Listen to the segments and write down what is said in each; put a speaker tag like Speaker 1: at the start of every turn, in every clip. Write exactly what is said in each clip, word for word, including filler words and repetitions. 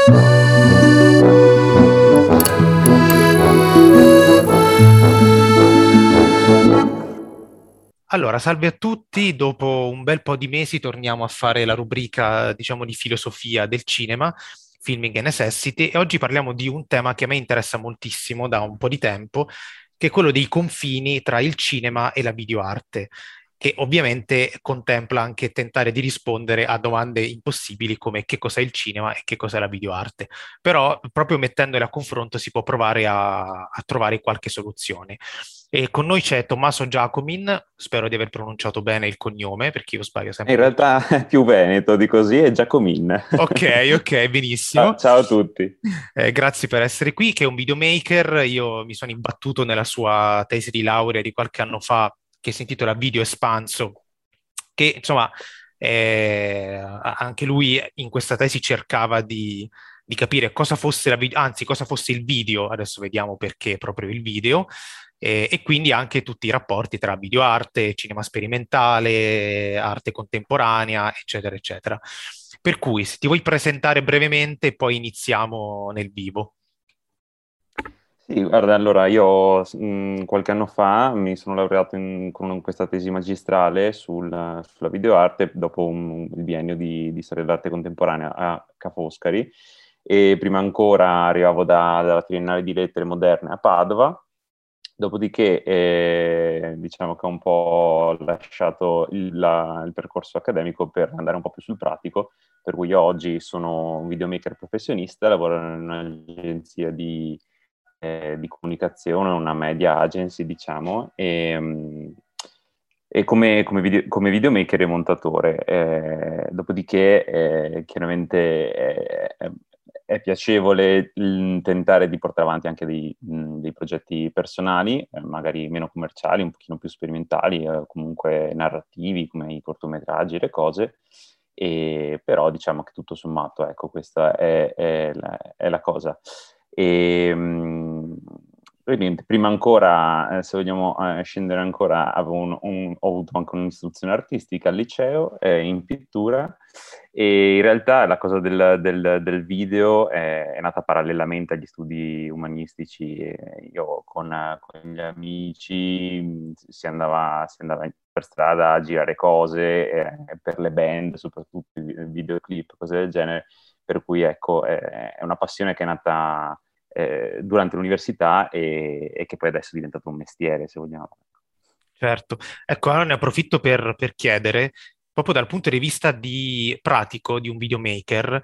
Speaker 1: Allora, salve a tutti. Dopo un bel po' di mesi torniamo a fare la rubrica, diciamo, di filosofia del cinema, Filming a Necessity, e oggi parliamo di un tema che a me interessa moltissimo da un po' di tempo, che è quello dei confini tra il cinema e la videoarte, che ovviamente contempla anche tentare di rispondere a domande impossibili come che cos'è il cinema e che cos'è la videoarte. Però proprio mettendole a confronto si può provare a, a trovare qualche soluzione. E con noi c'è Tommaso Giacomin, spero di aver pronunciato bene il cognome, perché io sbaglio
Speaker 2: In
Speaker 1: sempre il
Speaker 2: realtà è più veneto di così, è Giacomin.
Speaker 1: Ok, ok, benissimo.
Speaker 2: Ah, ciao a tutti.
Speaker 1: Eh, grazie per essere qui, che è un videomaker. Io mi sono imbattuto nella sua tesi di laurea di qualche anno fa, che si intitola Video Espanso, che insomma eh, anche lui in questa tesi cercava di, di capire cosa fosse la video, anzi cosa fosse il video, adesso vediamo perché proprio il video, eh, e quindi anche tutti i rapporti tra videoarte, cinema sperimentale, arte contemporanea, eccetera, eccetera. Per cui, se ti vuoi presentare brevemente, poi iniziamo nel vivo.
Speaker 2: Sì, guarda, allora io mh, qualche anno fa mi sono laureato in- con questa tesi magistrale sul- sulla videoarte dopo un, il biennio di, di storia dell'arte contemporanea a Ca' Foscari, e prima ancora arrivavo da- dalla Triennale di Lettere Moderne a Padova. Dopodiché eh, diciamo che ho un po' lasciato il, la- il percorso accademico per andare un po' più sul pratico, per cui io oggi sono un videomaker professionista, lavoro in un'agenzia di, eh, di comunicazione, una media agency, diciamo, e, mh, e come, come, video- come videomaker e montatore. Eh, dopodiché, eh, chiaramente è, è- è piacevole mh, tentare di portare avanti anche dei, mh, dei progetti personali, eh, magari meno commerciali, un pochino più sperimentali, eh, comunque narrativi, come i cortometraggi, le cose. E, però diciamo che tutto sommato, ecco, questa è, è la, è la cosa. E, mh, poi niente, prima ancora, eh, se vogliamo eh, scendere ancora, avevo un- un- ho avuto anche un'istruzione artistica al liceo, eh, in pittura, e in realtà la cosa del, del- del video è, è nata parallelamente agli studi umanistici. E io con, eh, con gli amici mh, si andava, si andava per strada a girare cose, eh, per le band, soprattutto i videoclip, cose del genere, per cui ecco, è, è una passione che è nata eh, durante l'università e, e che poi adesso è diventato un mestiere, se vogliamo.
Speaker 1: Certo. Ecco, allora ne approfitto per, per chiedere, proprio dal punto di vista di pratico di un videomaker,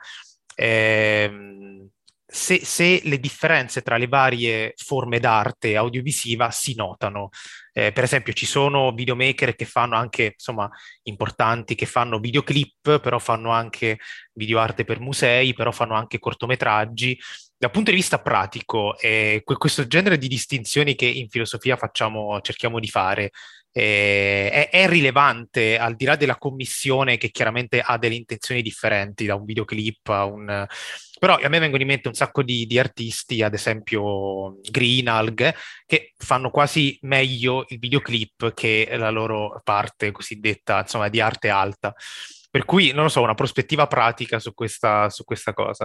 Speaker 1: ehm, se, se le differenze tra le varie forme d'arte audiovisiva si notano. Eh, per esempio, ci sono videomaker che fanno anche, insomma, importanti, che fanno videoclip, però fanno anche videoarte per musei, però fanno anche cortometraggi. Dal punto di vista pratico, eh, que- questo genere di distinzioni che in filosofia facciamo, cerchiamo di fare, eh, è, è rilevante al di là della commissione che chiaramente ha delle intenzioni differenti da un videoclip a un... Però a me vengono in mente un sacco di, di artisti, ad esempio Greenalg, che fanno quasi meglio il videoclip che la loro parte cosiddetta, insomma, di arte alta. Per cui, non lo so, una prospettiva pratica su questa, su questa cosa.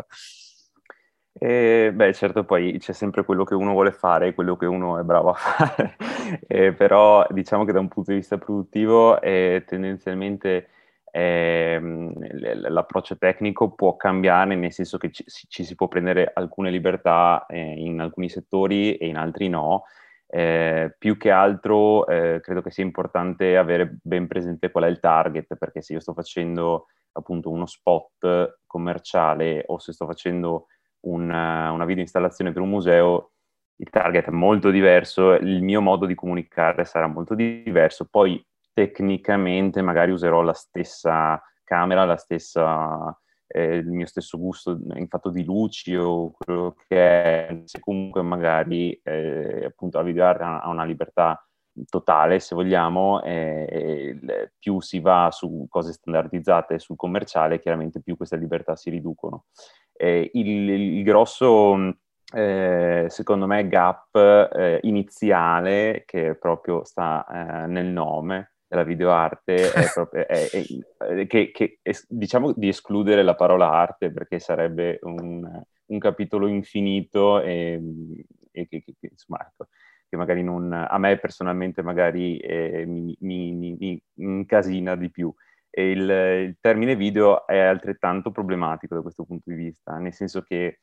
Speaker 2: E, beh, certo, poi c'è sempre quello che uno vuole fare e quello che uno è bravo a fare. Eh, però diciamo che da un punto di vista produttivo, eh, tendenzialmente ehm, l- l'approccio tecnico può cambiare, nel senso che ci, ci si può prendere alcune libertà eh, in alcuni settori e in altri no. Eh, più che altro eh, credo che sia importante avere ben presente qual è il target, perché se io sto facendo appunto uno spot commerciale o se sto facendo una, una video installazione per un museo, il target è molto diverso, il mio modo di comunicare sarà molto diverso. Poi tecnicamente magari userò la stessa camera, la stessa, eh, il mio stesso gusto in fatto di luci o quello che è, se comunque magari eh, appunto la videoarte ha ha una libertà totale, se vogliamo, e, e più si va su cose standardizzate sul commerciale, chiaramente più queste libertà si riducono. Eh, il, il grosso, eh, secondo me, gap eh, iniziale, che proprio sta eh, nel nome, della videoarte è proprio è, è, è, che, che è, diciamo di escludere la parola arte, perché sarebbe un, un capitolo infinito e, e che, che, che, insomma, ecco, che magari non, a me personalmente magari eh, mi, mi, mi, mi incasina di più. E il, il termine video è altrettanto problematico da questo punto di vista, nel senso che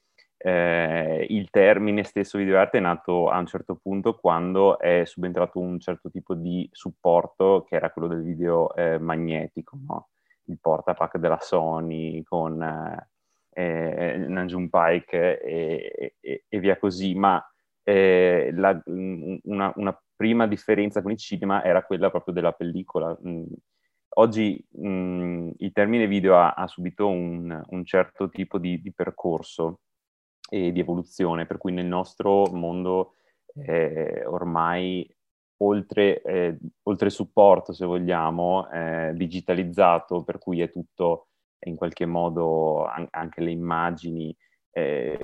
Speaker 2: eh, il termine stesso videoarte è nato a un certo punto quando è subentrato un certo tipo di supporto che era quello del video eh, magnetico, no? Il portapack della Sony con eh, eh, Nanjun Pike e, e, e via così, ma eh, la, una, una prima differenza con il cinema era quella proprio della pellicola. Oggi mh, il termine video ha, ha subito un, un certo tipo di, di percorso e di evoluzione, per cui nel nostro mondo eh, ormai oltre, eh, oltre supporto, se vogliamo, eh, digitalizzato, per cui è tutto in qualche modo, an- anche le immagini, eh,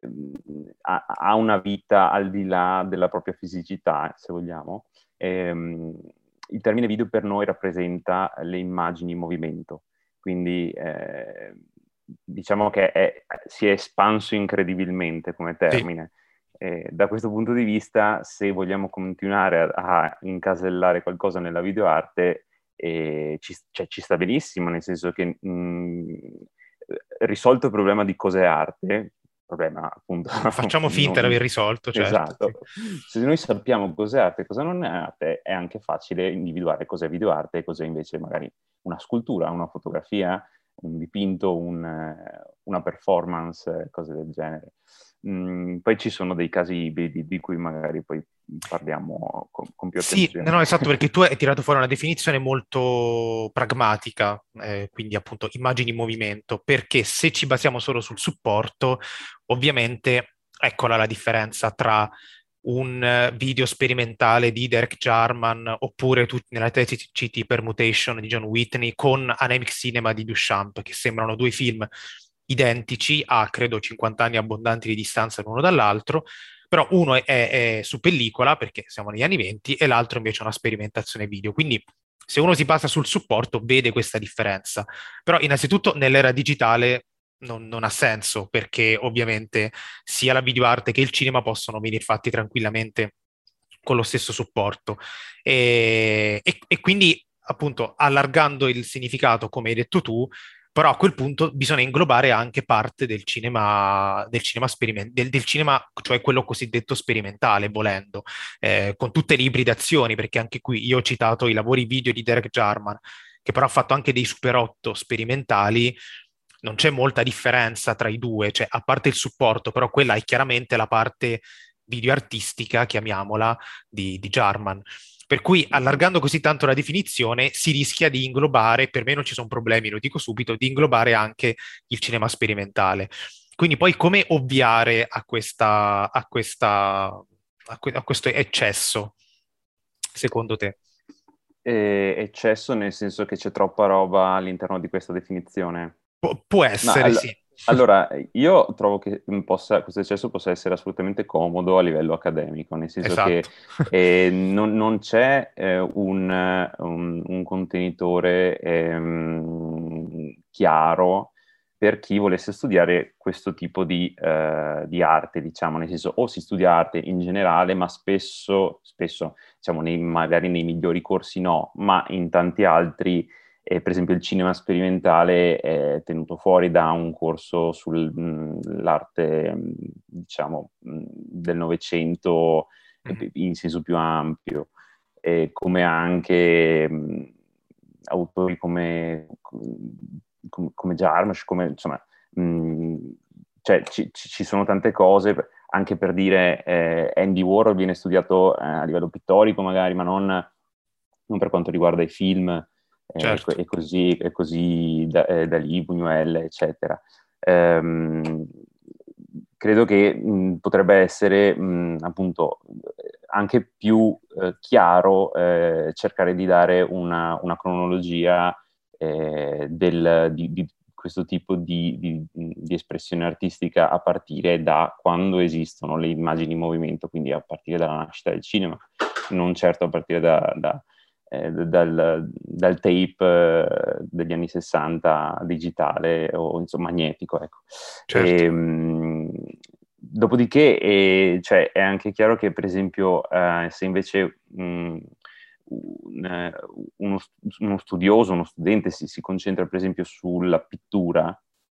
Speaker 2: ha, ha una vita al di là della propria fisicità, se vogliamo. Ehm, il termine video per noi rappresenta le immagini in movimento, quindi eh, diciamo che è, si è espanso incredibilmente come
Speaker 1: Sì.
Speaker 2: termine. Eh, da questo punto di vista, se vogliamo continuare a, a incasellare qualcosa nella videoarte, eh, ci, cioè, ci sta benissimo, nel senso che mh, risolto il problema di cos'è arte, problema appunto
Speaker 1: Facciamo finta di
Speaker 2: non,
Speaker 1: aver risolto, certo. Sì.
Speaker 2: esatto. Se noi sappiamo cos'è arte e cosa non è arte, è anche facile individuare cos'è videoarte e cos'è invece magari una scultura, una fotografia, un dipinto, un, una performance, cose del genere. Mm, poi ci sono dei casi di, di cui magari poi parliamo con, con più
Speaker 1: Sì, no,
Speaker 2: attenzione.
Speaker 1: no, esatto, perché tu hai tirato fuori una definizione molto pragmatica, eh, quindi appunto immagini in movimento, perché se ci basiamo solo sul supporto, ovviamente eccola la differenza tra un eh, video sperimentale di Derek Jarman oppure tu nella tesi citi Permutation di John Whitney con Anemic Cinema di Duchamp, che sembrano due film identici a credo cinquanta anni abbondanti di distanza l'uno dall'altro, però uno è, è, è su pellicola perché siamo negli anni venti e l'altro invece è una sperimentazione video. Quindi se uno si basa sul supporto vede questa differenza. Però innanzitutto nell'era digitale non, non ha senso perché ovviamente sia la videoarte che il cinema possono venire fatti tranquillamente con lo stesso supporto. E, e, e quindi appunto allargando il significato, come hai detto tu, però a quel punto bisogna inglobare anche parte del cinema, del cinema, speriment- del, del cinema, cioè quello cosiddetto sperimentale, volendo, eh, con tutte le ibridazioni, perché anche qui io ho citato i lavori video di Derek Jarman, che però ha fatto anche dei Super otto sperimentali, non c'è molta differenza tra i due, cioè a parte il supporto, però quella è chiaramente la parte videoartistica, chiamiamola, di, di Jarman. Per cui allargando così tanto la definizione si rischia di inglobare, per me non ci sono problemi, lo dico subito, di inglobare anche il cinema sperimentale. Quindi poi come ovviare a, questa, a, questa, a, que- a questo eccesso, secondo te?
Speaker 2: E eccesso nel senso che c'è troppa roba all'interno di questa definizione.
Speaker 1: Pu- può
Speaker 2: Ma
Speaker 1: essere,
Speaker 2: all-
Speaker 1: sì.
Speaker 2: allora, io trovo che possa, questo eccesso possa essere assolutamente comodo a livello accademico, nel senso che
Speaker 1: Esatto.
Speaker 2: eh, non, non c'è eh, un, un- un contenitore ehm, chiaro per chi volesse studiare questo tipo di, eh, di arte, diciamo, nel senso o si studia arte in generale, ma spesso, spesso diciamo, nei- magari nei migliori corsi no, ma in tanti altri e per esempio il cinema sperimentale è tenuto fuori da un corso sull'arte, diciamo, del Novecento
Speaker 1: Mhm.
Speaker 2: in senso più ampio, e come anche mh, autori come, come, come Jarmusch, come, insomma, mh, cioè ci, ci sono tante cose, anche per dire eh, Andy Warhol viene studiato eh, a livello pittorico magari, ma non, non per quanto riguarda i film, eh,
Speaker 1: Certo.
Speaker 2: e così, e così da, eh, da lì, Buñuel, eccetera. Ehm, credo che mh, potrebbe essere mh, appunto anche più eh, chiaro eh, cercare di dare una, una cronologia eh, del, di, di questo tipo di, di, di espressione artistica a partire da quando esistono le immagini in movimento, quindi a partire dalla nascita del cinema, non certo a partire da, da eh, dal, dal tape eh, degli anni sessanta digitale o insomma magnetico, ecco.
Speaker 1: certo,
Speaker 2: E, mh, dopodiché eh, cioè, è anche chiaro che per esempio eh, se invece mh, un, eh, uno, uno studioso, uno studente si, si concentra per esempio sulla pittura,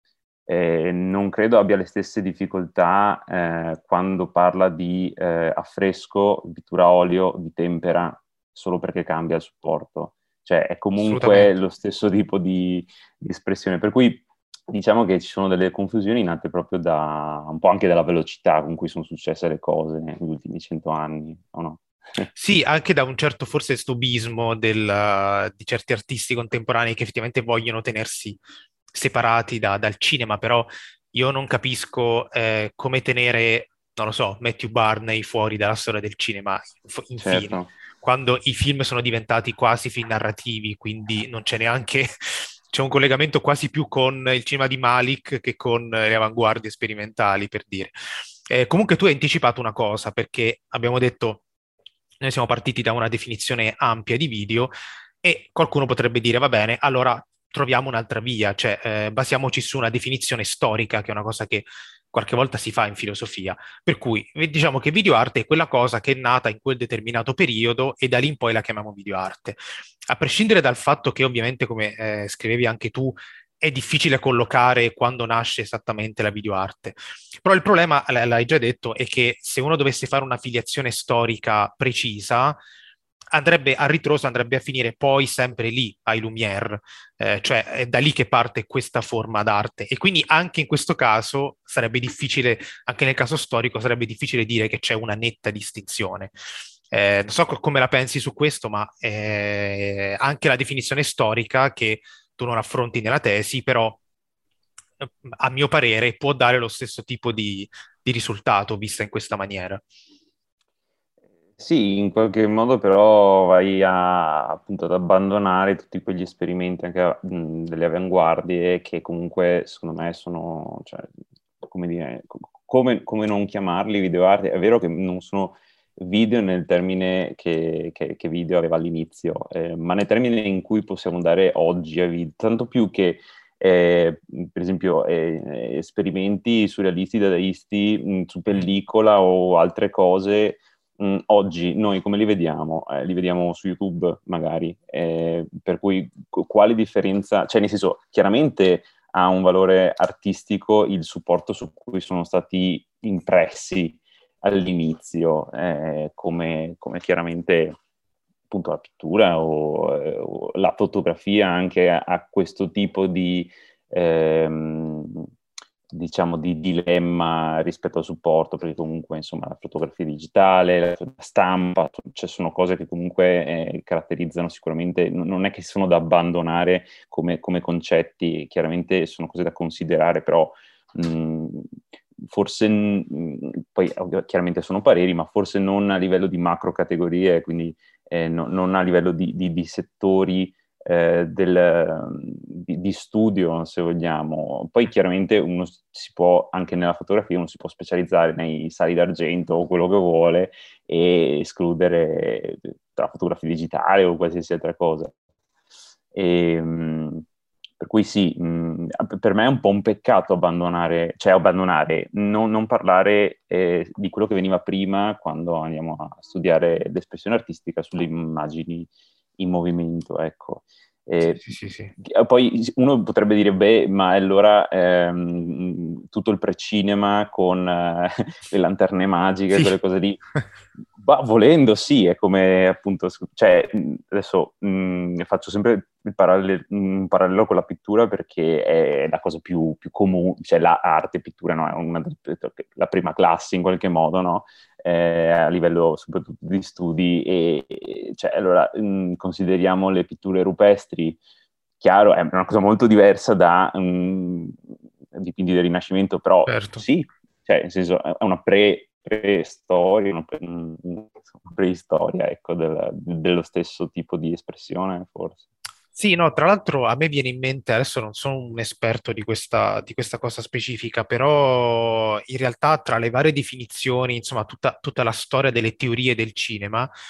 Speaker 2: eh, non credo abbia le stesse difficoltà eh, quando parla di eh, affresco, pittura a olio, di tempera, solo perché cambia il supporto. Cioè è comunque
Speaker 1: assolutamente.
Speaker 2: lo stesso tipo di, di espressione. Per cui diciamo che ci sono delle confusioni nate proprio da un po' anche dalla velocità con cui sono successe le cose negli ultimi cento anni, o no?
Speaker 1: Sì, anche da un certo forse snobismo del, di certi artisti contemporanei che effettivamente vogliono tenersi separati da- dal cinema, però io non capisco eh, come tenere, non lo so, Matthew Barney fuori dalla storia del cinema, F- infine,
Speaker 2: Certo.
Speaker 1: quando i film sono diventati quasi film narrativi, quindi non c'è neanche, c'è un collegamento quasi più con il cinema di Malik che con le avanguardie sperimentali, per dire. Eh, comunque tu hai anticipato una cosa, perché abbiamo detto, noi siamo partiti da una definizione ampia di video e qualcuno potrebbe dire, va bene, allora troviamo un'altra via, cioè eh, basiamoci su una definizione storica, che è una cosa che qualche volta si fa in filosofia. Per cui eh, diciamo che videoarte è quella cosa che è nata in quel determinato periodo e da lì in poi la chiamiamo videoarte. A prescindere dal fatto che ovviamente, come eh, scrivevi anche tu, è difficile collocare quando nasce esattamente la videoarte. Però il problema, l'hai già detto, è che se uno dovesse fare una filiazione storica precisa, andrebbe a ritroso, andrebbe a finire poi sempre lì, ai Lumière, eh, cioè è da lì che parte questa forma d'arte. E quindi anche in questo caso sarebbe difficile, anche nel caso storico, sarebbe difficile dire che c'è una netta distinzione. Eh, non so co- come la pensi su questo, ma eh, anche la definizione storica che tu non affronti nella tesi, però eh, a mio parere può dare lo stesso tipo di, di risultato vista in questa maniera.
Speaker 2: Sì, in qualche modo però vai a, appunto ad abbandonare tutti quegli esperimenti anche mh, delle avanguardie che comunque secondo me sono, cioè, come dire, co- come, come non chiamarli videoarte? È vero che non sono video nel termine che, che- che video aveva all'inizio, eh, ma nel termine in cui possiamo dare oggi a video, tanto più che eh, per esempio eh, esperimenti surrealisti, dadaisti mh, su pellicola o altre cose mh, oggi noi come li vediamo? Eh, li vediamo su YouTube magari, eh, per cui qu- quale differenza, cioè nel senso, chiaramente ha un valore artistico il supporto su cui sono stati impressi all'inizio, eh, come, come chiaramente appunto la pittura o, eh, o la fotografia anche ha, ha questo tipo di ehm, diciamo di dilemma rispetto al supporto, perché comunque insomma la fotografia digitale, la stampa, cioè sono cose che comunque eh, caratterizzano sicuramente, non è che sono da abbandonare come, come concetti, chiaramente sono cose da considerare, però mh, forse, mh, poi chiaramente sono pareri, ma forse non a livello di macro categorie, quindi eh, no, non a livello di, di, di settori eh, del, di, di studio, se vogliamo. Poi chiaramente uno si può, anche nella fotografia, uno si può specializzare nei sali d'argento o quello che vuole e escludere la fotografia digitale o qualsiasi altra cosa. E, mh, per cui sì, mh, per me è un po' un peccato abbandonare, cioè abbandonare, non, non parlare eh, di quello che veniva prima quando andiamo a studiare l'espressione artistica sulle immagini in movimento, ecco.
Speaker 1: Sì,
Speaker 2: E,
Speaker 1: sì, sì, sì.
Speaker 2: poi uno potrebbe dire, beh, ma allora ehm, tutto il precinema con eh, le lanterne magiche,
Speaker 1: Sì.
Speaker 2: quelle cose lì, bah, volendo sì, è come appunto, cioè adesso mh, faccio sempre il parallelo, un parallelo con la pittura perché è la cosa più, più comune, cioè l'arte, pittura, no? È una, la prima classe in qualche modo, no? Eh, a livello soprattutto di studi e, e cioè, allora mh, consideriamo le pitture rupestri, chiaro, è una cosa molto diversa da mh, dipinti del Rinascimento, però
Speaker 1: Certo.
Speaker 2: sì, cioè nel senso è una pre preistoria, una pre- una preistoria, ecco, del- dello stesso tipo di espressione, forse.
Speaker 1: Sì, no, tra l'altro a me viene in mente, adesso non sono un esperto di questa, di questa cosa specifica, però in realtà tra le varie definizioni, insomma, tutta, tutta la storia delle teorie del cinema,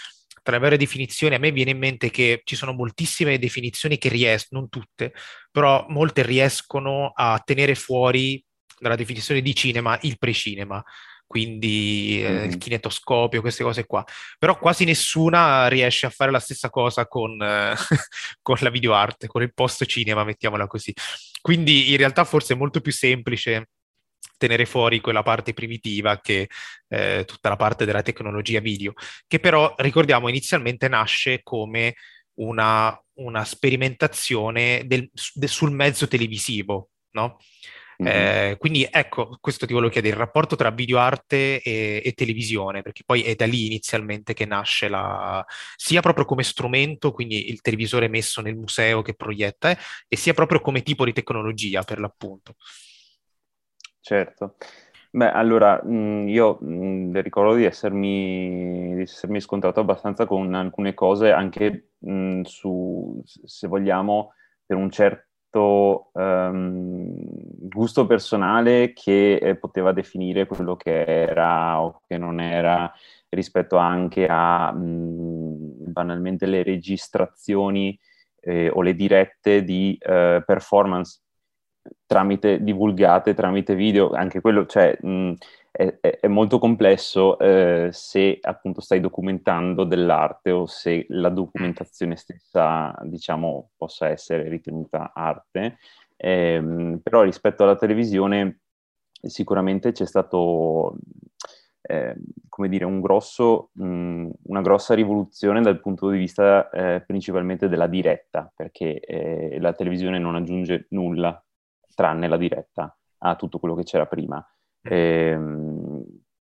Speaker 1: tra le varie definizioni, a me viene in mente che ci sono moltissime definizioni che riescono, non tutte, però molte riescono a tenere fuori dalla definizione di cinema il precinema, quindi eh, il
Speaker 2: Mhm.
Speaker 1: kinetoscopio, queste cose qua. Però quasi nessuna riesce a fare la stessa cosa con, eh, con la videoarte, con il post cinema, mettiamola così. Quindi in realtà forse è molto più semplice tenere fuori quella parte primitiva che eh, tutta la parte della tecnologia video, che però ricordiamo inizialmente nasce come una, una sperimentazione del- de- sul mezzo televisivo, no?
Speaker 2: Mhm.
Speaker 1: Eh, quindi ecco, questo ti volevo chiedere, il rapporto tra videoarte e, e televisione, perché poi è da lì inizialmente che nasce la, sia proprio come strumento, quindi il televisore messo nel museo che proietta, eh, e sia proprio come tipo di tecnologia per l'appunto.
Speaker 2: Certo. Beh, allora, mh, io mh, ricordo di essermi, di essermi scontrato abbastanza con alcune cose, anche mh, su, se vogliamo, per un certo ehm, gusto personale che eh, poteva definire quello che era o che non era, rispetto anche a mh, banalmente le registrazioni eh, o le dirette di eh, performance tramite divulgate tramite video, anche quello, cioè, mh, è, è- è molto complesso eh, se appunto stai documentando dell'arte o se la documentazione stessa, diciamo, possa essere ritenuta arte. Ehm, però rispetto alla televisione sicuramente c'è stato, eh, come dire, un grosso, mh, una grossa rivoluzione dal punto di vista eh, principalmente della diretta, perché eh, la televisione non aggiunge nulla tranne la diretta a tutto quello che c'era prima. Ehm,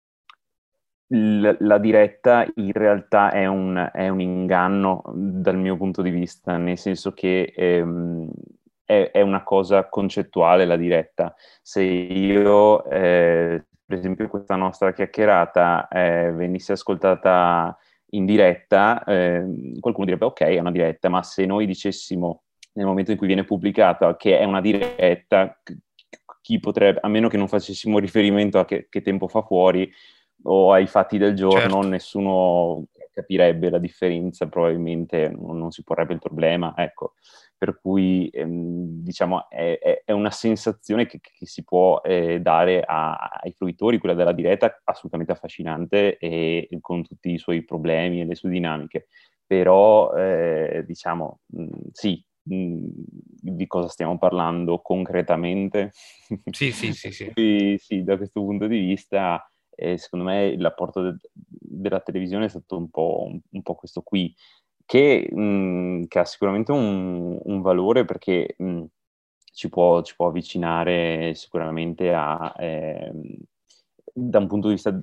Speaker 2: l- la diretta in realtà è un, è un inganno dal mio punto di vista, nel senso che ehm, è, è una cosa concettuale la diretta. Se io, eh, per esempio, questa nostra chiacchierata eh, venisse ascoltata in diretta, eh, qualcuno direbbe ok, è una diretta, ma se noi dicessimo nel momento in cui viene pubblicata che è una diretta, chi potrebbe, a meno che non facessimo riferimento a che, che tempo fa fuori o ai fatti del giorno,
Speaker 1: Certo.
Speaker 2: nessuno capirebbe la differenza, probabilmente non, non si porrebbe il problema, ecco. Per cui ehm, diciamo è, è, è, una sensazione che, che si può eh, dare a, ai fruitori, quella della diretta, assolutamente affascinante e, e con tutti i suoi problemi e le sue dinamiche. Però eh, diciamo mh, sì, mh, di cosa stiamo parlando concretamente?
Speaker 1: Sì, sì, sì, sì.
Speaker 2: Quindi, sì, da questo punto di vista e secondo me l'apporto de- della televisione è stato un po', un, un po' questo qui, che, mh, che ha sicuramente un, un valore perché mh, ci può, ci può avvicinare sicuramente a, ehm, da un punto di vista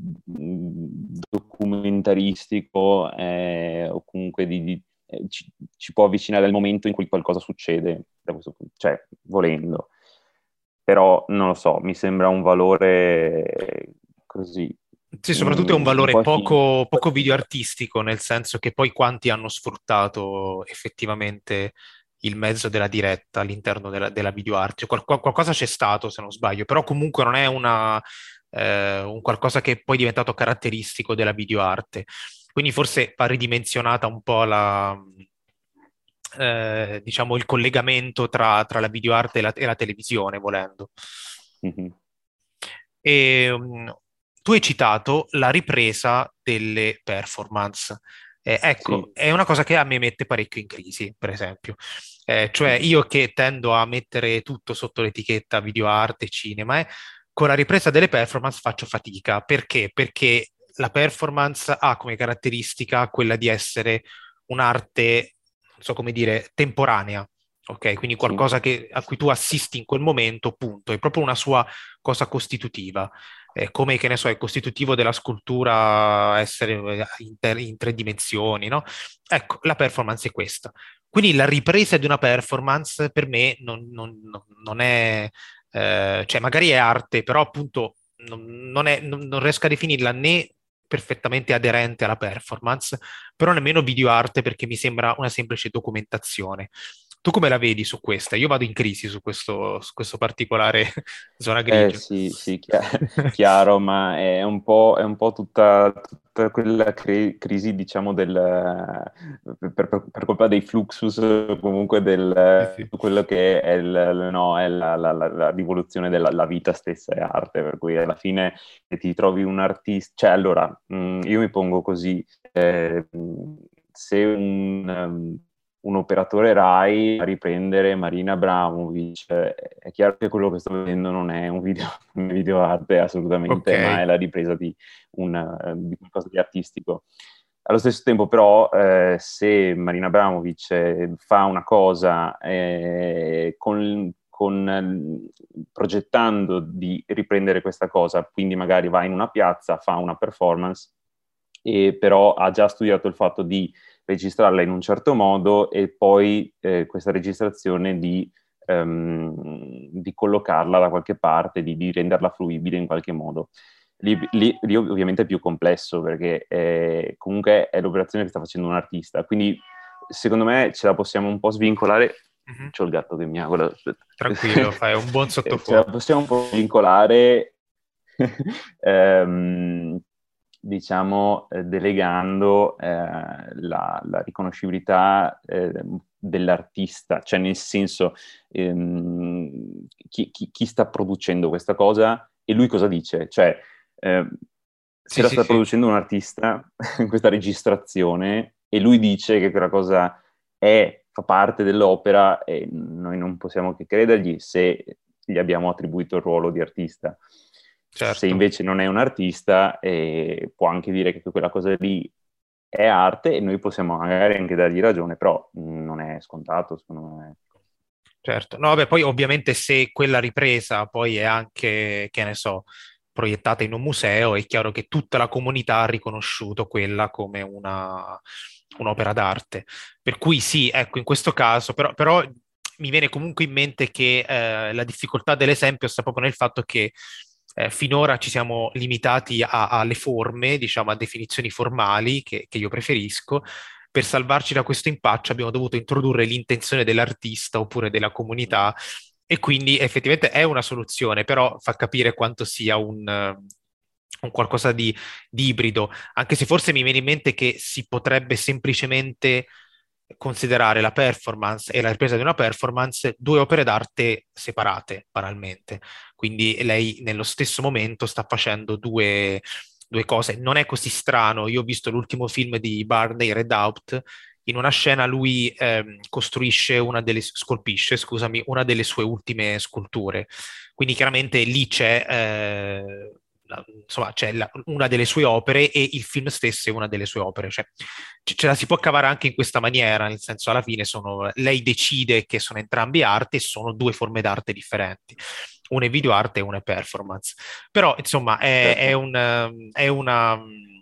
Speaker 2: mh, documentaristico eh, o comunque di, di- eh, ci, ci può avvicinare al momento in cui qualcosa succede, da questo punto, cioè volendo. Però non lo so, mi sembra un valore così,
Speaker 1: Sì, soprattutto è un
Speaker 2: mm, un
Speaker 1: valore
Speaker 2: po' effimero.
Speaker 1: poco, poco videoartistico, nel senso che poi quanti hanno sfruttato effettivamente il mezzo della diretta all'interno della, della videoarte. Qual- qual- qualcosa c'è stato, se non sbaglio, però comunque non è una, eh, un qualcosa che è poi diventato caratteristico della videoarte. Quindi forse va ridimensionata un po' la, eh, diciamo, il collegamento tra, tra la videoarte e la, e la televisione, volendo.
Speaker 2: Mhm.
Speaker 1: E, um, tu hai citato la ripresa delle performance. Eh, ecco,
Speaker 2: Sì.
Speaker 1: è una cosa che a me mette parecchio in crisi, per esempio. Eh, cioè,
Speaker 2: Mhm.
Speaker 1: io che tendo a mettere tutto sotto l'etichetta video arte, cinema, eh, con la ripresa delle performance faccio fatica. Perché? Perché la performance ha come caratteristica quella di essere un'arte, non so come dire, temporanea. Ok, quindi
Speaker 2: Sì.
Speaker 1: qualcosa che- a cui tu assisti in quel momento, punto, è proprio una sua cosa costitutiva. Eh, come, che ne so, è costitutivo della scultura essere eh, in, ter- in tre dimensioni, no? Ecco, la performance è questa. Quindi la ripresa di una performance per me non, non- non- non è, eh, cioè magari è arte, però appunto non, non è- non- non riesco a definirla né perfettamente aderente alla performance, però nemmeno videoarte perché mi sembra una semplice documentazione. Tu come la vedi su questa? Io vado in crisi su questo, su questo particolare zona
Speaker 2: Eh
Speaker 1: grigia.
Speaker 2: sì, sì, chia- chiaro, ma è un po', è un po' tutta, tutta quella cri- crisi, diciamo, del, per, per- per colpa dei fluxus, comunque
Speaker 1: Sì,
Speaker 2: del
Speaker 1: sì.
Speaker 2: quello che è, il, no, è la, la- la- la rivoluzione della la vita stessa è arte, per cui alla fine se ti trovi un artista, cioè allora, mh, io mi pongo così, eh, mh, se un... um, un operatore Rai a riprendere Marina Abramovic. Eh, È chiaro che quello che sto vedendo non è un video, un video arte
Speaker 1: Ok,
Speaker 2: assolutamente, ma è la ripresa di, una, di qualcosa di artistico. Allo stesso tempo, però, eh, se Marina Abramovic eh, fa una cosa eh, con, con, eh, progettando di riprendere questa cosa, quindi magari va in una piazza, fa una performance, e però ha già studiato il fatto di registrarla in un certo modo e poi eh, questa registrazione di, ehm, di collocarla da qualche parte, di, di renderla fruibile in qualche modo. Lì, lì, lì ovviamente è più complesso perché eh, comunque è l'operazione che sta facendo un artista, quindi secondo me ce la possiamo un po' svincolare.
Speaker 1: mhm.
Speaker 2: C'ho il gatto che miagola, aspetta.
Speaker 1: Tranquillo, fai un buon
Speaker 2: Eh, ce la
Speaker 1: sottofondo.
Speaker 2: possiamo un po' vincolare, ehm, diciamo, eh, delegando eh, la, la riconoscibilità eh, dell'artista, cioè nel senso ehm, chi, chi- chi sta producendo questa cosa e lui cosa dice, cioè eh, se
Speaker 1: Sì,
Speaker 2: la
Speaker 1: sì,
Speaker 2: sta
Speaker 1: sì.
Speaker 2: producendo un artista in questa registrazione e lui dice che quella cosa è, fa parte dell'opera e noi non possiamo che credergli se gli abbiamo attribuito il ruolo di artista. Se
Speaker 1: Certo.
Speaker 2: invece non è un artista, eh, può anche dire che quella cosa lì è arte e noi possiamo magari anche dargli ragione, però mh, non è scontato, secondo me.
Speaker 1: Certo, no, vabbè, poi ovviamente se quella ripresa poi è anche, che ne so, proiettata in un museo, è chiaro che tutta la comunità ha riconosciuto quella come una, un'opera d'arte. Per cui sì, ecco, in questo caso, però, però mi viene comunque in mente che eh, la difficoltà dell'esempio sta proprio nel fatto che eh, finora ci siamo limitati a- alle forme, diciamo, a definizioni formali che che io preferisco. Per salvarci da questo impaccio abbiamo dovuto introdurre l'intenzione dell'artista oppure della comunità e quindi effettivamente è una soluzione, però fa capire quanto sia un, eh, un qualcosa di, di ibrido, anche se forse mi viene in mente che si potrebbe semplicemente considerare la performance e la ripresa di una performance due opere d'arte separate, banalmente. Quindi lei nello stesso momento sta facendo due, due cose. Non è così strano. Io ho visto l'ultimo film di Barney Redoubt. In una scena lui ehm, costruisce una delle, scolpisce, scusami, una delle sue ultime sculture. Quindi chiaramente lì c'è, eh, la- insomma, c'è la- una delle sue opere e il film stesso è una delle sue opere. Cioè, ce ce la si può cavare anche in questa maniera, nel senso alla fine sono, lei decide che sono entrambi arte e sono due forme d'arte differenti. Una è video arte e una è performance. Però, insomma, è, è
Speaker 2: Certo.
Speaker 1: un, ehm, è una,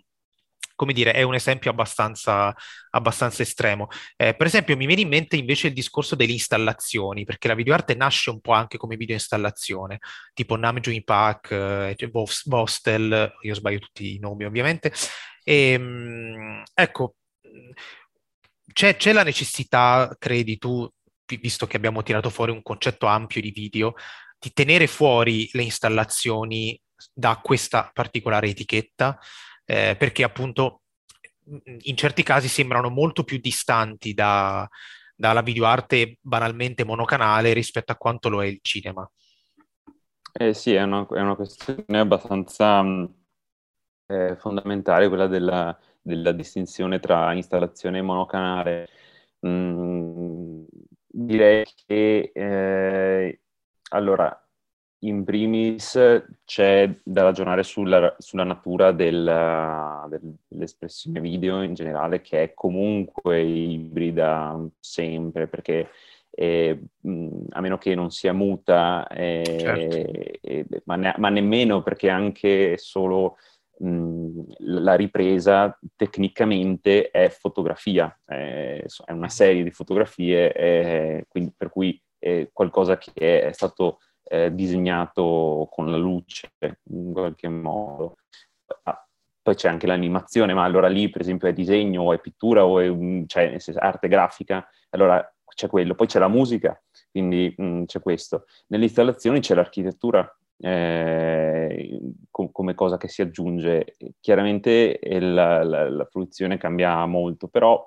Speaker 1: come dire, è un esempio abbastanza, abbastanza estremo. Eh, per esempio, mi viene in mente invece il discorso delle installazioni, perché la videoarte nasce un po' anche come video installazione, tipo Nam June Pak, eh, cioè Bos- Bostel, io sbaglio tutti i nomi ovviamente. E, mh, ecco, c'è, c'è la necessità, credi tu, vi- visto che abbiamo tirato fuori un concetto ampio di video, di tenere fuori le installazioni da questa particolare etichetta, eh, perché appunto in certi casi sembrano molto più distanti da- dalla videoarte banalmente monocanale rispetto a quanto lo è il cinema.
Speaker 2: Eh sì, è una, è una questione abbastanza mh, eh, fondamentale, quella della, della distinzione tra installazione e monocanale. Mm, direi che eh, allora, in primis c'è da ragionare sulla, sulla natura del- del- dell'espressione video in generale, che è comunque ibrida sempre, perché eh, mh, a meno che non sia muta,
Speaker 1: Certo,
Speaker 2: eh, eh, ma, ne- ma nemmeno perché anche solo mh, la ripresa tecnicamente è fotografia, è, è una
Speaker 1: mhm,
Speaker 2: serie di fotografie, eh, quindi, per cui è qualcosa che è stato eh, disegnato con la luce in qualche modo. Ah, poi c'è anche l'animazione, ma allora lì per esempio è disegno o è pittura o è un- cioè, nel senso, arte grafica, allora c'è quello. Poi c'è la musica, quindi mh, c'è questo. Nelle installazioni c'è l'architettura, eh, com- come cosa che si aggiunge. Chiaramente eh, la, la, la fruizione cambia molto, però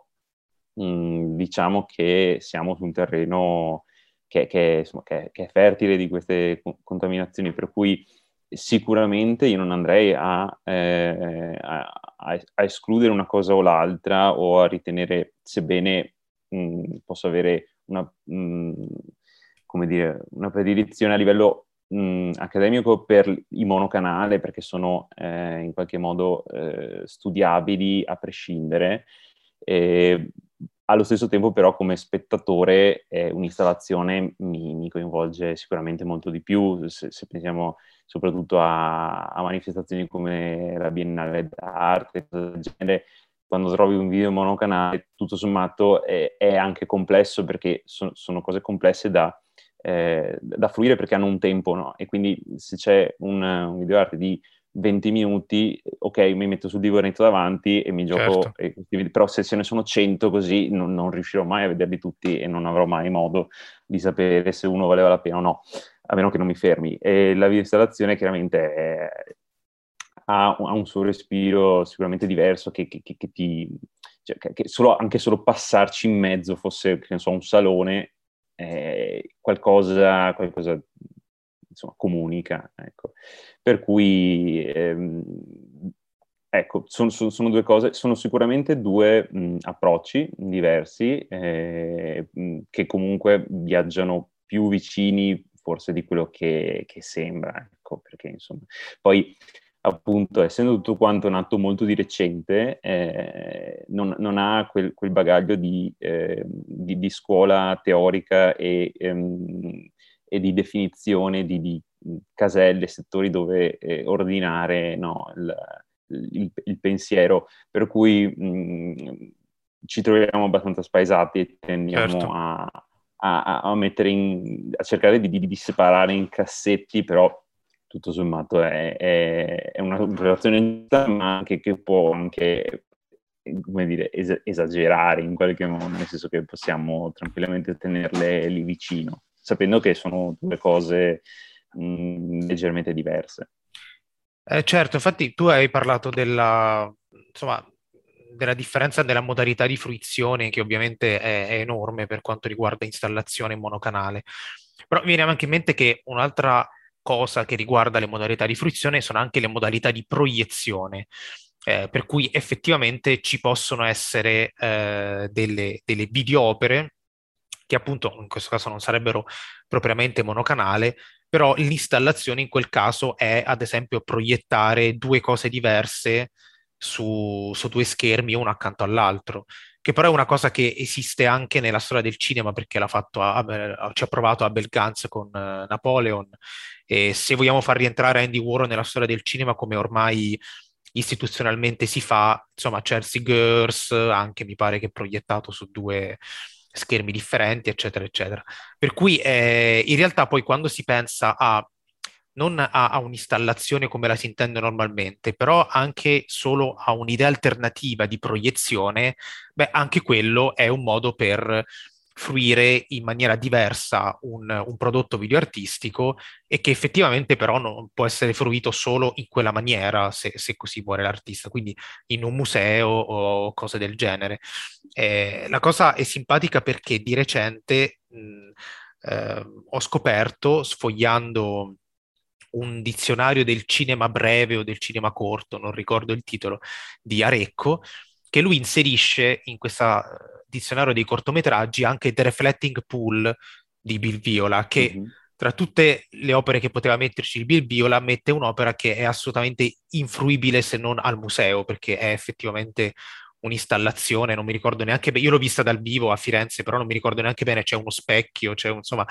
Speaker 2: mh, diciamo che siamo su un terreno che, che, insomma, che- che è fertile di queste co- contaminazioni, per cui sicuramente io non andrei a, eh, a- a- a escludere una cosa o l'altra o a ritenere, sebbene mh, posso avere una, mh, come dire, una predilezione a livello mh, accademico per i monocanale, perché sono eh, in qualche modo eh, studiabili a prescindere. E, allo stesso tempo, però, come spettatore, eh, un'installazione mi, mi coinvolge sicuramente molto di più. Se, se pensiamo soprattutto a, a manifestazioni come la Biennale d'arte, cose del genere, quando trovi un video monocanale, tutto sommato è, è anche complesso, perché so, sono cose complesse da, eh, da fruire, perché hanno un tempo, no? E quindi se c'è un, un video arte di venti minuti, ok, mi metto sul divanetto davanti e mi gioco,
Speaker 1: Certo.
Speaker 2: e, però se ce ne sono cento così non, non riuscirò mai a vederli tutti e non avrò mai modo di sapere se uno valeva la pena o no, a meno che non mi fermi. E la videoinstallazione chiaramente è, ha, ha, un suo respiro sicuramente diverso, che, che, che ti... Cioè, che solo, anche solo passarci in mezzo fosse, che ne so, un salone, eh, qualcosa, qualcosa insomma, comunica, ecco. Per cui, ehm, ecco, sono, sono, sono due cose, sono sicuramente due mh, approcci diversi, eh, mh, che comunque viaggiano più vicini forse di quello che, che sembra, ecco, perché insomma, poi appunto, essendo tutto quanto nato molto di recente, eh, non, non ha quel, quel bagaglio di, eh, di, di scuola teorica e, ehm, e di definizione di, di caselle, settori dove eh, ordinare, no, il, il, il pensiero, per cui mh, ci troviamo abbastanza spaesati e tendiamo
Speaker 1: Certo.
Speaker 2: a, a, a mettere in, a cercare di, di, di separare in cassetti, però tutto sommato è, è, è una relazione giusta, ma anche che può anche, come dire, es- esagerare in qualche modo, nel senso che possiamo tranquillamente tenerle lì vicino, sapendo che sono due cose mh, leggermente diverse.
Speaker 1: Eh, certo, infatti tu hai parlato della, insomma, della differenza della modalità di fruizione, che ovviamente è, è enorme per quanto riguarda installazione monocanale. Però mi viene anche in mente che un'altra cosa che riguarda le modalità di fruizione sono anche le modalità di proiezione, eh, per cui effettivamente ci possono essere eh, delle, delle videoopere che appunto in questo caso non sarebbero propriamente monocanale, però l'installazione in quel caso è ad esempio proiettare due cose diverse su, su due schermi uno accanto all'altro, che però è una cosa che esiste anche nella storia del cinema, perché l'ha fatto a- a- ci ha provato Abel Gance con eh, Napoleon, e se vogliamo far rientrare Andy Warhol nella storia del cinema come ormai istituzionalmente si fa, insomma Chelsea Girls anche mi pare che è proiettato su due schermi differenti, eccetera, eccetera. Per cui eh, in realtà poi quando si pensa a non a, a un'installazione come la si intende normalmente, però anche solo a un'idea alternativa di proiezione, beh, anche quello è un modo per fruire in maniera diversa un, un prodotto videoartistico e che effettivamente però non può essere fruito solo in quella maniera, se, se così vuole l'artista, quindi in un museo o cose del genere. Eh, la cosa è simpatica perché di recente mh, eh, ho scoperto, sfogliando un dizionario del cinema breve o del cinema corto, non ricordo il titolo, di Arecco, che lui inserisce in questo dizionario dei cortometraggi anche The Reflecting Pool di Bill Viola, che
Speaker 2: Mm-hmm.
Speaker 1: tra tutte le opere che poteva metterci Bill Viola, mette un'opera che è assolutamente infruibile se non al museo, perché è effettivamente un'installazione, non mi ricordo neanche bene, io l'ho vista dal vivo a Firenze, però non mi ricordo neanche bene, c'è uno specchio, c'è un, insomma,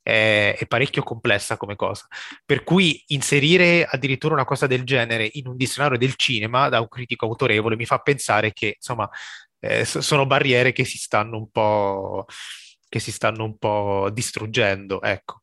Speaker 1: è, è parecchio complessa come cosa. Per cui inserire addirittura una cosa del genere in un dizionario del cinema da un critico autorevole mi fa pensare che, insomma, eh, so- sono barriere che si stanno un po', che si stanno un po' distruggendo, ecco.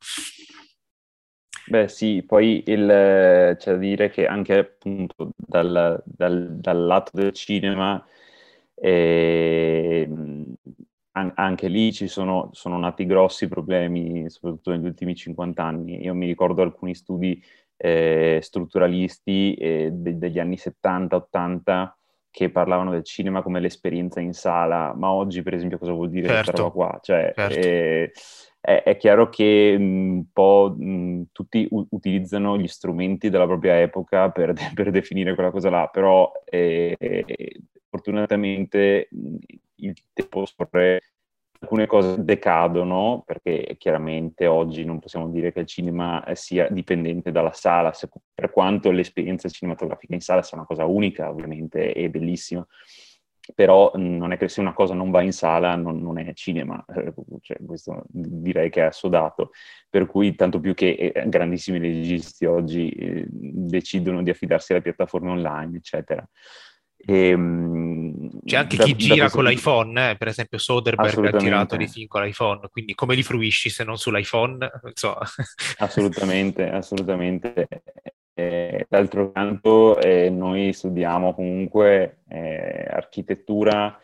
Speaker 2: Beh, sì, poi il, c'è da dire che anche appunto dal, dal- dal lato del cinema, eh, an- anche lì ci sono, sono nati grossi problemi, soprattutto negli ultimi cinquanta anni. Io mi ricordo alcuni studi eh, strutturalisti eh, de- degli anni settanta ottanta che parlavano del cinema come l'esperienza in sala, ma oggi per esempio cosa vuol dire questa roba
Speaker 1: Certo,
Speaker 2: qua? Cioè,
Speaker 1: certo.
Speaker 2: eh, è, è chiaro che mh, un po' mh, tutti u- utilizzano gli strumenti della propria epoca per, de- per definire quella cosa là, però eh, fortunatamente mh, il tempo scorre, alcune cose decadono, perché chiaramente oggi non possiamo dire che il cinema sia dipendente dalla sala, se- per quanto l'esperienza cinematografica in sala sia una cosa unica, ovviamente, e bellissima. Però mh, non è che se una cosa non va in sala non, non è cinema, eh, cioè, questo direi che è assodato, per cui tanto più che eh, grandissimi registi oggi eh, decidono di affidarsi alle piattaforme online, eccetera. E, mh,
Speaker 1: C'è anche
Speaker 2: da,
Speaker 1: chi
Speaker 2: da
Speaker 1: gira
Speaker 2: questo
Speaker 1: con
Speaker 2: punto
Speaker 1: l'iPhone, eh, per esempio Soderbergh ha girato dei
Speaker 2: assolutamente.
Speaker 1: film con l'iPhone, quindi come li fruisci se non sull'iPhone? Insomma.
Speaker 2: Assolutamente, assolutamente. Eh, d'altro canto, eh, noi studiamo comunque eh, architettura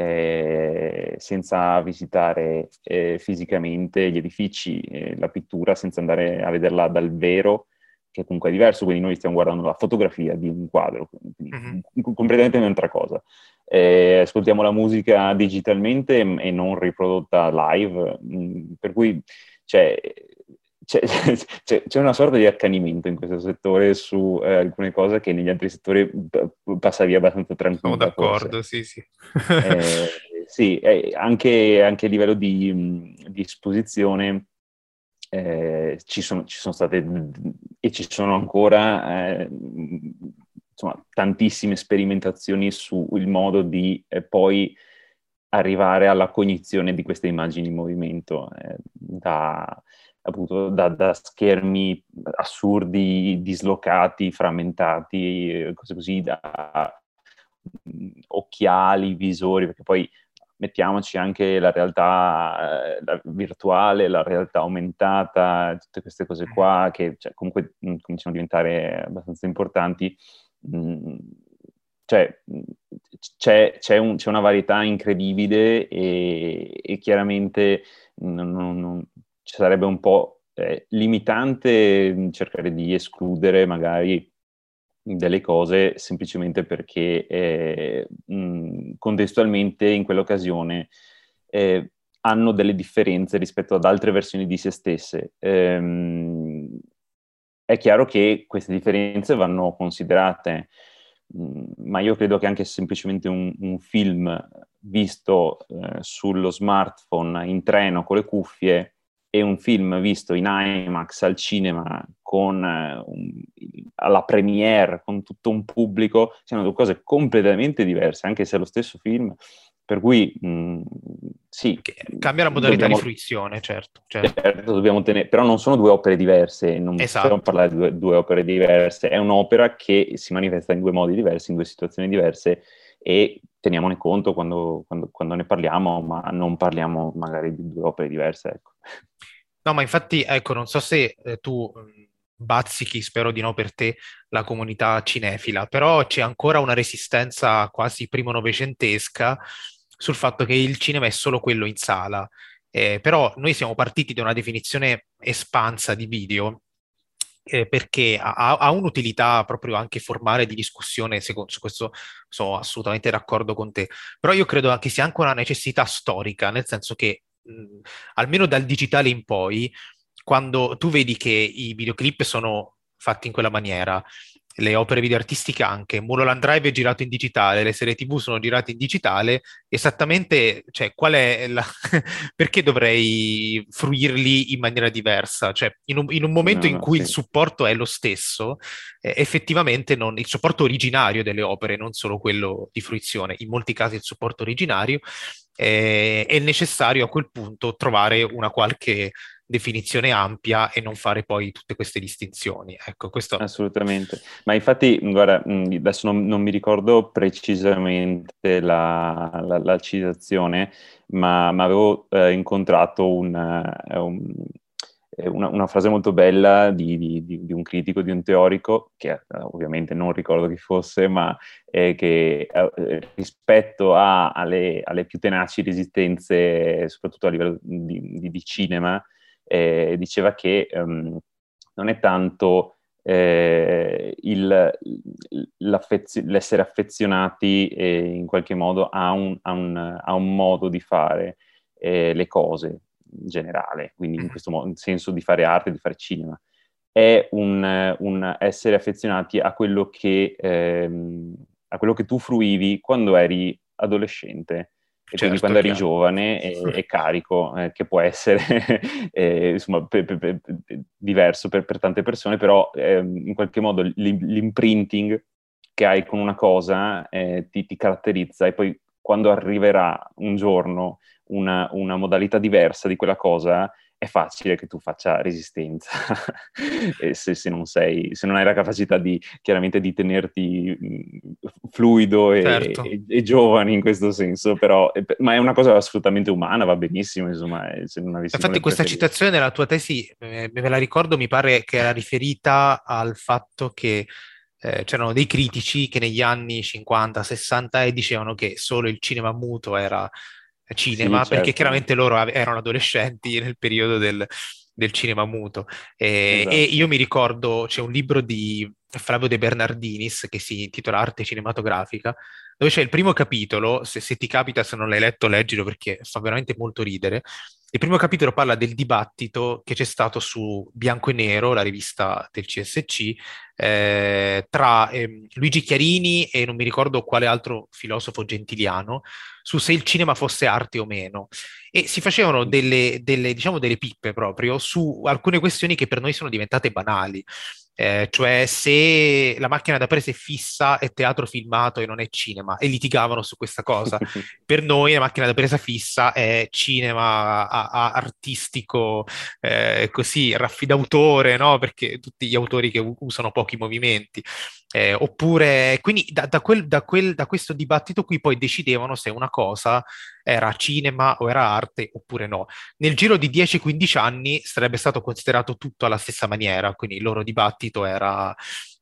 Speaker 2: eh, senza visitare eh, fisicamente gli edifici, eh, la pittura senza andare a vederla dal vero, che comunque è diverso, quindi noi stiamo guardando la fotografia di un quadro, quindi
Speaker 1: Mhm.
Speaker 2: completamente un'altra cosa. Eh, ascoltiamo la musica digitalmente e non riprodotta live, mh, per cui cioè, c'è, c'è, c'è una sorta di accanimento in questo settore su eh, alcune cose che negli altri settori p- passa via abbastanza
Speaker 1: Sono
Speaker 2: tranquilla, forse.
Speaker 1: d'accordo, sì, sì.
Speaker 2: Eh, sì, eh, anche, anche a livello di, mh, di esposizione eh, ci sono, ci sono state e ci sono ancora eh, insomma, tantissime sperimentazioni sul modo di eh, poi arrivare alla cognizione di queste immagini in movimento, eh, da, appunto, da, da schermi assurdi, dislocati, frammentati, eh, cose così, da mh, occhiali, visori, perché poi mettiamoci anche la realtà eh, la virtuale, la realtà aumentata, tutte queste cose
Speaker 1: Mhm.
Speaker 2: qua che cioè, comunque mh, cominciano a diventare abbastanza importanti. Mh, cioè, mh, c'è, c'è, un- c'è una varietà incredibile e, e chiaramente non, non- non- ci sarebbe un po' eh, limitante mh, cercare di escludere magari delle cose semplicemente perché eh, mh, contestualmente in quell'occasione eh, hanno delle differenze rispetto ad altre versioni di se stesse. Ehm, è chiaro che queste differenze vanno considerate, mh, ma io credo che anche semplicemente un, un film visto eh, sullo smartphone in treno con le cuffie e un film visto in IMAX al cinema con eh, un, alla premiere con tutto un pubblico siano due cose completamente diverse, anche se è lo stesso film. Per cui mh, sì,
Speaker 1: Che cambia la modalità di
Speaker 2: dobbiamo,
Speaker 1: fruizione, certo, certo.
Speaker 2: certo, dobbiamo tenere, però non sono due opere diverse, non possiamo
Speaker 1: Esatto.
Speaker 2: parlare di due, due opere diverse, è un'opera che si manifesta in due modi diversi, in due situazioni diverse e teniamone conto quando, quando, quando ne parliamo, ma non parliamo magari di due opere diverse, ecco.
Speaker 1: No, ma infatti, ecco, non so se eh, tu mh, bazzichi, spero di no per te, la comunità cinefila, però c'è ancora una resistenza quasi primo novecentesca sul fatto che il cinema è solo quello in sala. Eh, però noi siamo partiti da una definizione espansa di video eh, perché ha, ha un'utilità proprio anche formale di discussione, secondo, su questo sono assolutamente d'accordo con te, però io credo che sia anche una necessità storica, nel senso che mh, almeno dal digitale in poi, quando tu vedi che i videoclip sono fatti in quella maniera, le opere videoartistiche anche, Mulholland Drive è girato in digitale, le serie T V sono girate in digitale, esattamente, cioè, qual è la... perché dovrei fruirli in maniera diversa? Cioè, in un, in un momento
Speaker 2: No,
Speaker 1: in
Speaker 2: no,
Speaker 1: cui il
Speaker 2: sì.
Speaker 1: supporto è lo stesso, eh, effettivamente non, il supporto originario delle opere, non solo quello di fruizione, in molti casi il supporto originario, eh, è necessario a quel punto trovare una qualche definizione ampia e non fare poi tutte queste distinzioni. Ecco, questo...
Speaker 2: Assolutamente, ma infatti, guarda, mh, adesso non, non mi ricordo precisamente la, la- la citazione, ma, ma avevo eh, incontrato un, eh, un- una, una frase molto bella di, di, di, di un critico, di un teorico, che eh, ovviamente non ricordo chi fosse, ma eh, che eh, rispetto a, alle, alle più tenaci resistenze, soprattutto a livello di, di, di cinema, eh, diceva che um, non è tanto eh, il, l'essere affezionati eh, in qualche modo a un, a un, a un modo di fare eh, le cose in generale, quindi in questo modo, in senso di fare arte, di fare cinema, è un, un essere affezionati a quello che, ehm, a quello che tu fruivi quando eri adolescente. E quindi
Speaker 1: Certo,
Speaker 2: quando eri
Speaker 1: chiaro.
Speaker 2: giovane e, e carico, eh, che può essere eh, insomma, pe, pe, pe, diverso per, per tante persone, però eh, in qualche modo l'imprinting che hai con una cosa eh, ti, ti caratterizza, e poi quando arriverà un giorno una, una modalità diversa di quella cosa, è facile che tu faccia resistenza e se, se, non sei, se non hai la capacità di, chiaramente, di tenerti mh, fluido e,
Speaker 1: Certo.
Speaker 2: e, e giovane in questo senso, però, è, ma è una cosa assolutamente umana, va benissimo, insomma, se non avessimo
Speaker 1: Infatti
Speaker 2: le
Speaker 1: questa
Speaker 2: preferenze.
Speaker 1: citazione nella tua tesi, eh, me la ricordo, mi pare che era riferita al fatto che eh, c'erano dei critici che negli anni cinquanta sessanta e dicevano che solo il cinema muto era
Speaker 2: Sì,
Speaker 1: cinema, perché
Speaker 2: certo,
Speaker 1: chiaramente loro ave- erano adolescenti nel periodo del, del cinema muto. E, e
Speaker 2: esatto.
Speaker 1: io mi ricordo, c'è un libro di Flavio De Bernardinis che si intitola Arte cinematografica, dove c'è il primo capitolo, se, se ti capita, se non l'hai letto, leggilo perché fa veramente molto ridere. Il primo capitolo parla del dibattito che c'è stato su Bianco e Nero, la rivista del C S C, eh, tra ehm, Luigi Chiarini e non mi ricordo quale altro filosofo gentiliano, su se il cinema fosse arte o meno. E si facevano delle, delle, diciamo, delle pippe proprio su alcune questioni che per noi sono diventate banali. Eh, cioè se la macchina da presa è fissa è teatro filmato e non è cinema, e litigavano su questa cosa. Per noi la macchina da presa fissa è cinema a- a- artistico, eh, così, raffidautore, no? Perché tutti gli autori che u- usano pochi movimenti. Eh, oppure, quindi da, da quel- da quel- da questo dibattito qui poi decidevano se una cosa era cinema o era arte oppure no. Nel giro di dieci quindici anni sarebbe stato considerato tutto alla stessa maniera, quindi il loro dibattito era,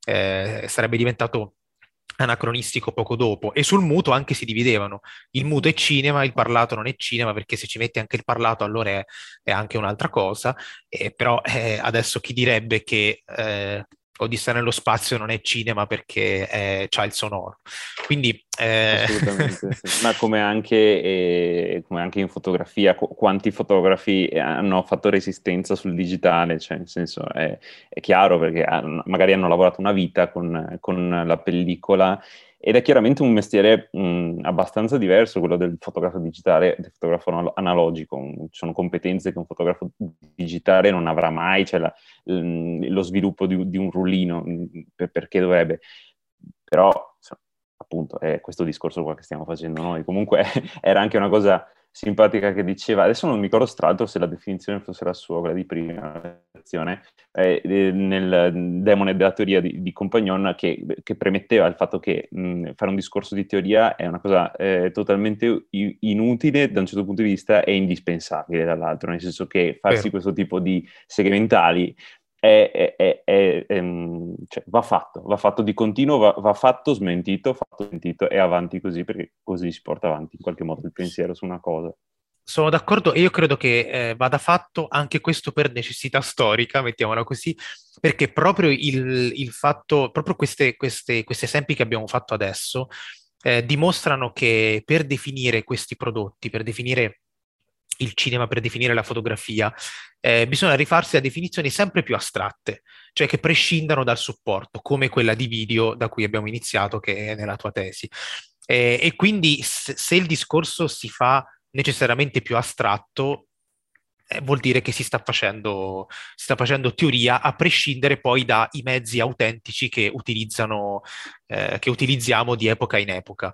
Speaker 1: eh, sarebbe diventato anacronistico poco dopo, e sul muto anche si dividevano. Il muto è cinema, il parlato non è cinema, perché se ci metti anche il parlato allora è, è anche un'altra cosa. Eh, però eh, adesso chi direbbe che eh, Odissea nello spazio non è cinema perché eh, c'ha il sonoro. Quindi eh...
Speaker 2: Assolutamente sì. Ma come anche, eh, come anche in fotografia, qu- quanti fotografi hanno fatto resistenza sul digitale, cioè nel senso è, è chiaro perché hanno- magari hanno lavorato una vita con, con la pellicola, ed è chiaramente un mestiere mh, abbastanza diverso quello del fotografo digitale, del fotografo analo- analogico. Ci sono competenze che un fotografo digitale non avrà mai, cioè la- l- lo sviluppo di, di un rullino, mh, per- perché dovrebbe. Però insomma, appunto è questo discorso qua che stiamo facendo noi. Comunque era anche una cosa simpatica che diceva, adesso non mi ricordo tra l'altro se la definizione fosse la sua, quella di prima lezione, eh, eh, nel demone della teoria di, di Compagnon, che, che premetteva il fatto che mh, fare un discorso di teoria è una cosa eh, totalmente i- inutile da un certo punto di vista e indispensabile dall'altro, nel senso che farsi
Speaker 1: Vero.
Speaker 2: questo tipo di segmentali è, è- è- è- ehm, cioè, va fatto, va fatto di continuo, va, va fatto, smentito, fatto, smentito e avanti così, perché così si porta avanti in qualche modo il pensiero su una cosa.
Speaker 1: Sono d'accordo, e io credo che eh, vada fatto anche questo per necessità storica, mettiamola così, perché proprio il, il fatto, proprio queste, queste- questi esempi che abbiamo fatto adesso eh, dimostrano che per definire questi prodotti, per definire il cinema, per definire la fotografia, eh, bisogna rifarsi a definizioni sempre più astratte, cioè che prescindano dal supporto, come quella di video da cui abbiamo iniziato, che è nella tua tesi. Eh, e quindi se, se il discorso si fa necessariamente più astratto, eh, vuol dire che si sta facendo, si sta facendo teoria, a prescindere poi dai mezzi autentici che utilizzano, eh, che utilizziamo di epoca in epoca.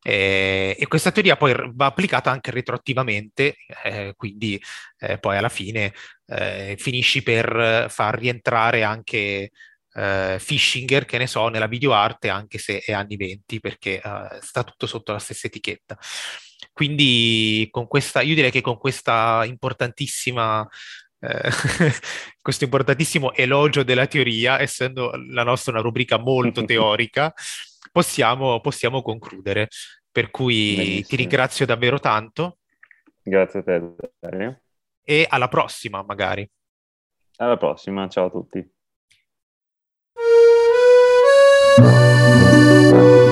Speaker 1: Eh, e questa teoria poi r- va applicata anche retroattivamente, eh, quindi eh, poi alla fine eh, finisci per far rientrare anche eh, Fischinger, che ne so, nella videoarte, anche se è anni venti, perché eh, sta tutto sotto la stessa etichetta. Quindi con questa, io direi che con questa importantissima eh, questo importantissimo elogio della teoria, essendo la nostra una rubrica molto teorica, possiamo, possiamo concludere. Per cui ti
Speaker 2: Benissimo.
Speaker 1: ringrazio davvero tanto
Speaker 2: Grazie a te, Dario.
Speaker 1: e alla prossima, magari.
Speaker 2: Alla prossima, ciao a tutti.